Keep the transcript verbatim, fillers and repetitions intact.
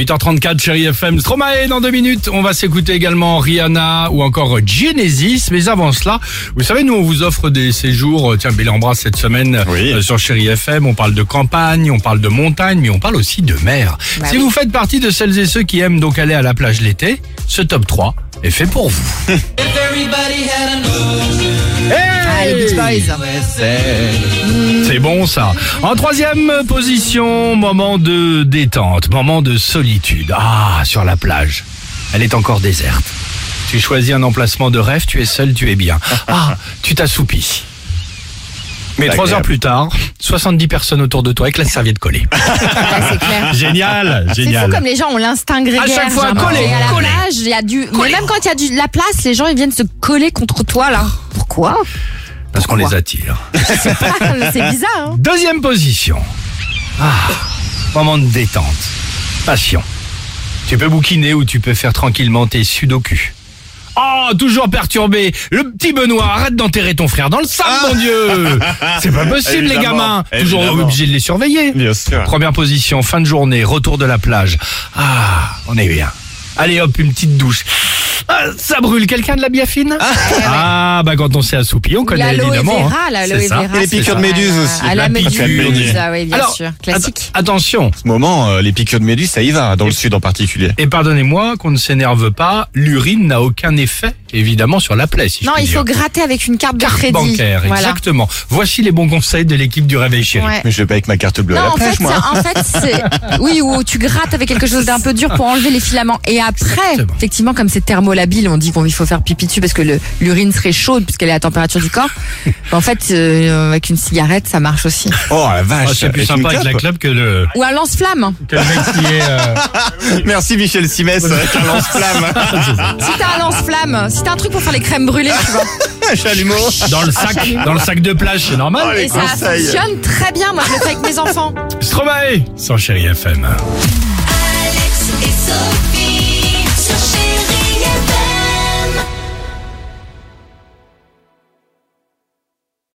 huit heures trente-quatre, Chérie F M. Stromae dans deux minutes. On va s'écouter également Rihanna ou encore Genesis. Mais avant cela, vous savez, nous on vous offre des séjours. Tiens, Belle Embrasse cette semaine Oui. euh, sur Chérie F M. On parle de campagne, on parle de montagne, mais on parle aussi de mer. Bah si oui. vous faites partie de celles et ceux qui aiment donc aller à la plage l'été, ce top trois est fait pour vous. Ah, les Beach Boys. C'est bon ça. En troisième position, moment de détente, moment de solitude. Ah, sur la plage. Elle est encore déserte. Tu choisis un emplacement de rêve, tu es seul, tu es bien. Ah, tu t'assoupis. Mais C'est trois heures agréable. plus tard, soixante-dix personnes autour de toi avec la serviette collée. Ouais, c'est clair. Génial, C'est génial. fou comme les gens ont l'instinct grégaire. À chaque fois, genre, coller, et à la coller. plage, il y a du. Mais même quand il y a du, de la place, les gens ils viennent se coller contre toi là. Pourquoi? Parce qu'on les attire. C'est bizarre. Hein. Deuxième position. Ah, moment de détente. Passion. Tu peux bouquiner ou tu peux faire tranquillement tes sudoku. Oh, toujours perturbé. Le petit Benoît, arrête d'enterrer ton frère dans le sable, mon Dieu. C'est pas possible, les Évidemment, gamins. Toujours évidemment. obligé de les surveiller. Bien sûr. Première position, fin de journée, retour de la plage. Ah, on est bien. Allez hop, une petite douche. Ah, ça brûle, quelqu'un de la biafine Ah, bah quand on s'est assoupi, on connaît L'aloe évidemment. vera, hein. l'aloe C'est ça. vera. Et les c'est piqûres de ça. méduses aussi. À la La piqûre de méduse, méduse. ah oui, bien Alors, sûr. Classique. att- attention, En ce moment, euh, les piqûres de méduses, ça y va, dans le sud en particulier. et pardonnez-moi qu'on ne s'énerve pas, l'urine n'a aucun effet, évidemment, sur la plaie, si je Non, puis il faut dire. gratter avec une carte de Carte crédit. bancaire, Voilà. exactement. Voici les bons conseils de l'équipe du Réveil Chéri. Ouais. Mais je vais pas avec ma carte bleue à Non, la en plage, fait, moi. c'est- en fait, c'est, oui, ou tu grattes avec quelque chose d'un peu dur pour enlever les filaments. Et après, Exactement. effectivement, comme c'est thermolabile, on dit qu'il faut faire pipi dessus parce que le- l'urine serait chaude puisqu'elle est à la température du corps. En fait, euh, avec une cigarette, ça marche aussi. Oh la vache, Ah, c'est plus avec une sympa avec la clope. clope que le, Ou un lance-flamme. que le mec qui est... euh, Merci Michel Simès, avec un lance-flamme. Si t'as un lance-flamme, si t'as un truc pour faire les crèmes brûlées, tu vois. Chalumeau. dans le sac, dans le sac de plage, c'est normal. Oh, les Et ça conseils. fonctionne très bien. Moi, je le fais avec mes enfants. Stromae, sans Chéri F M. Alex et Sophie.